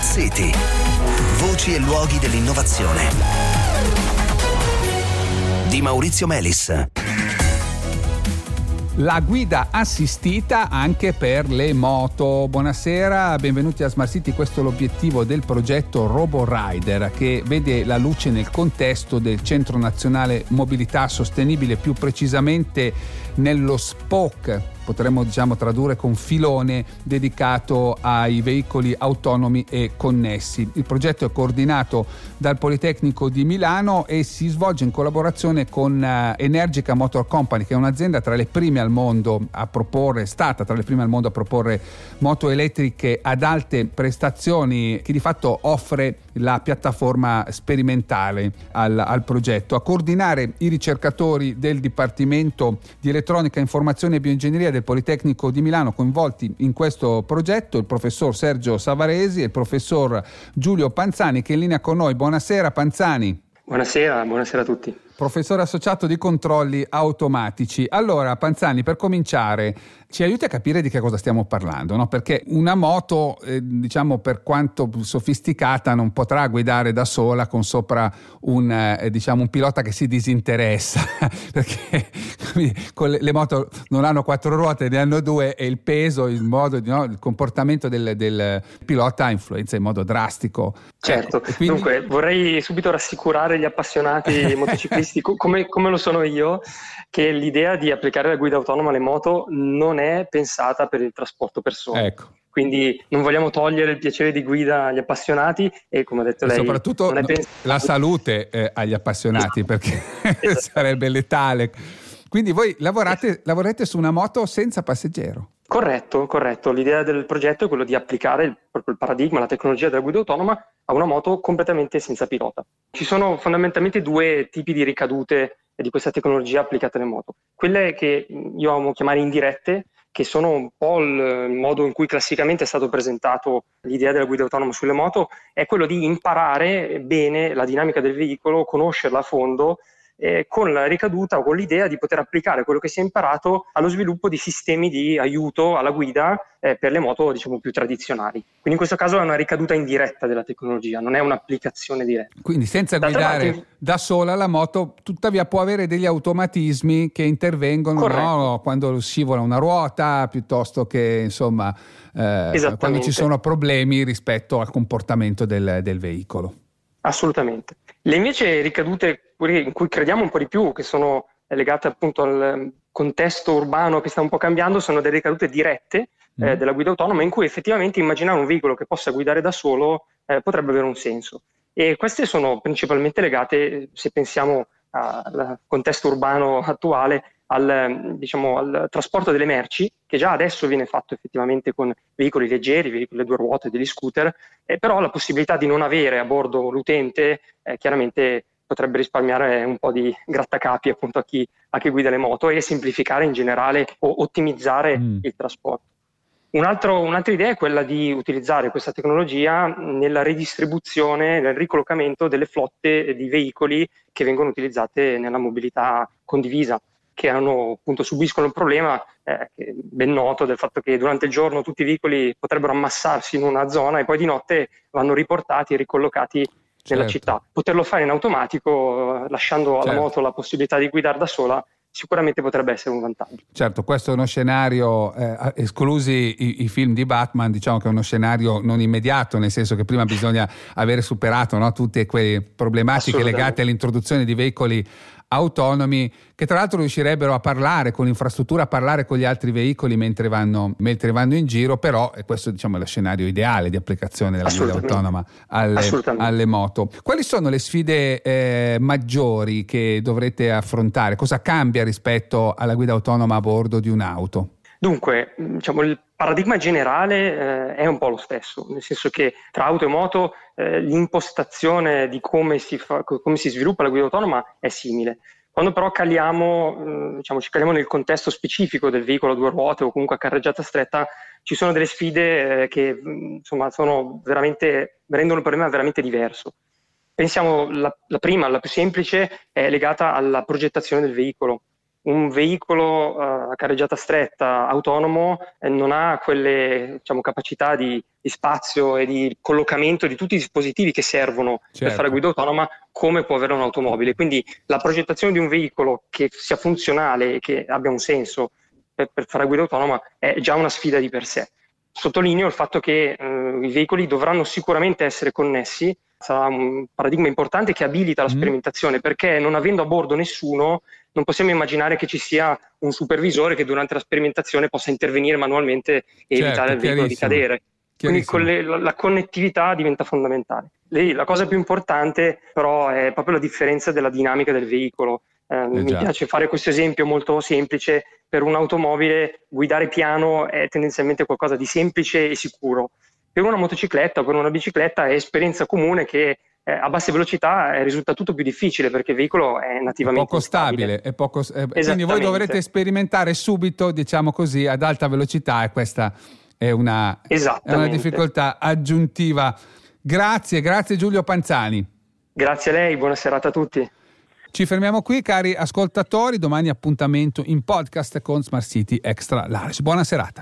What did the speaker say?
City. Voci e luoghi dell'innovazione. Di Maurizio Melis. La guida assistita anche per le moto. Buonasera, benvenuti a Smart City. Questo è l'obiettivo del progetto RoboRider, che vede la luce nel contesto del Centro Nazionale Mobilità Sostenibile, più precisamente nello SPOC, potremmo tradurre con filone, dedicato ai veicoli autonomi e connessi. Il progetto è coordinato dal Politecnico di Milano e si svolge in collaborazione con Energica Motor Company, che è un'azienda tra le prime al mondo a proporre, è stata tra le prime al mondo a proporre moto elettriche ad alte prestazioni, che di fatto offre la piattaforma sperimentale al progetto. A coordinare i ricercatori del Dipartimento di Elettronica, Informazione e Bioingegneria del Politecnico di Milano coinvolti in questo progetto, il professor Sergio Savaresi e il professor Giulio Panzani, che è in linea con noi. Buonasera Panzani. Buonasera a tutti. Professore associato di controlli automatici. Allora Panzani, per cominciare, ci aiuti a capire di che cosa stiamo parlando, no? Perché una moto, per quanto sofisticata, non potrà guidare da sola con sopra un pilota che si disinteressa, perché con le moto non hanno quattro ruote, ne hanno due, e il peso, il modo, il comportamento del pilota influenza in modo drastico. Certo, quindi... Dunque vorrei subito rassicurare gli appassionati motociclisti, come lo sono io, che l'idea di applicare la guida autonoma alle moto non è pensata per il trasporto persone. Ecco. Quindi non vogliamo togliere il piacere di guida agli appassionati e, come ha detto lei, soprattutto non è la salute agli appassionati, perché sarebbe letale. Quindi voi lavorate su una moto senza passeggero. Corretto. L'idea del progetto è quello di applicare proprio il paradigma, la tecnologia della guida autonoma a una moto completamente senza pilota. Ci sono fondamentalmente due tipi di ricadute di questa tecnologia applicata alle moto. Quelle che io amo chiamare indirette, che sono un po' il modo in cui classicamente è stato presentato l'idea della guida autonoma sulle moto, è quello di imparare bene la dinamica del veicolo, conoscerla a fondo, con la ricaduta o con l'idea di poter applicare quello che si è imparato allo sviluppo di sistemi di aiuto alla guida per le moto più tradizionali. Quindi in questo caso è una ricaduta indiretta della tecnologia, non è un'applicazione diretta. Quindi senza guidare da sola la moto, tuttavia può avere degli automatismi che intervengono, no? Quando scivola una ruota, piuttosto che quando ci sono problemi rispetto al comportamento del veicolo. Assolutamente. Le invece ricadute in cui crediamo un po' di più, che sono legate appunto al contesto urbano che sta un po' cambiando, sono delle ricadute dirette della guida autonoma, in cui effettivamente immaginare un veicolo che possa guidare da solo potrebbe avere un senso. E queste sono principalmente legate, se pensiamo al contesto urbano attuale, al trasporto delle merci, che già adesso viene fatto effettivamente con veicoli leggeri, veicoli a due ruote, degli scooter, però la possibilità di non avere a bordo l'utente chiaramente potrebbe risparmiare un po' di grattacapi appunto a chi guida le moto e semplificare in generale o ottimizzare il trasporto. Un'altra idea è quella di utilizzare questa tecnologia nella redistribuzione, nel ricollocamento delle flotte di veicoli che vengono utilizzate nella mobilità condivisa, che subiscono il problema ben noto del fatto che durante il giorno tutti i veicoli potrebbero ammassarsi in una zona e poi di notte vanno riportati e ricollocati nella città. Poterlo fare in automatico, lasciando alla moto la possibilità di guidare da sola, sicuramente potrebbe essere un vantaggio. Certo, questo è uno scenario, esclusi i film di Batman, che è uno scenario non immediato, nel senso che prima bisogna avere superato, no, tutte quelle problematiche legate all'introduzione di veicoli autonomi, che tra l'altro riuscirebbero a parlare con l'infrastruttura, a parlare con gli altri veicoli mentre vanno in giro, però questo è lo scenario ideale di applicazione della guida autonoma alle moto. Quali sono le sfide maggiori che dovrete affrontare? Cosa cambia rispetto alla guida autonoma a bordo di un'auto? Dunque, il paradigma generale è un po' lo stesso, nel senso che tra auto e moto l'impostazione di come si sviluppa la guida autonoma è simile. Quando però ci caliamo nel contesto specifico del veicolo a due ruote o comunque a carreggiata stretta, ci sono delle sfide che sono rendono il problema veramente diverso. Pensiamo, la prima, la più semplice, è legata alla progettazione del veicolo. un veicolo a carreggiata stretta autonomo non ha quelle, diciamo, capacità di spazio e di collocamento di tutti i dispositivi che servono per fare guida autonoma come può avere un'automobile. Quindi la progettazione di un veicolo che sia funzionale e che abbia un senso per fare guida autonoma è già una sfida di per sé. Sottolineo il fatto che i veicoli dovranno sicuramente essere connessi, sarà un paradigma importante che abilita la sperimentazione, perché non avendo a bordo nessuno non possiamo immaginare che ci sia un supervisore che durante la sperimentazione possa intervenire manualmente e evitare il veicolo di cadere. Quindi la connettività diventa fondamentale. La cosa più importante però è proprio la differenza della dinamica del veicolo. Mi piace fare questo esempio molto semplice. Per un'automobile guidare piano è tendenzialmente qualcosa di semplice e sicuro. Per una motocicletta o per una bicicletta è esperienza comune che a basse velocità risulta tutto più difficile perché il veicolo è nativamente poco stabile. Quindi voi dovrete sperimentare subito, diciamo così, ad alta velocità, e questa è una difficoltà aggiuntiva. Grazie Giulio Panzani. Grazie a lei, buona serata a tutti. Ci fermiamo qui, cari ascoltatori, domani appuntamento in podcast con Smart City Extra Large. Buona serata.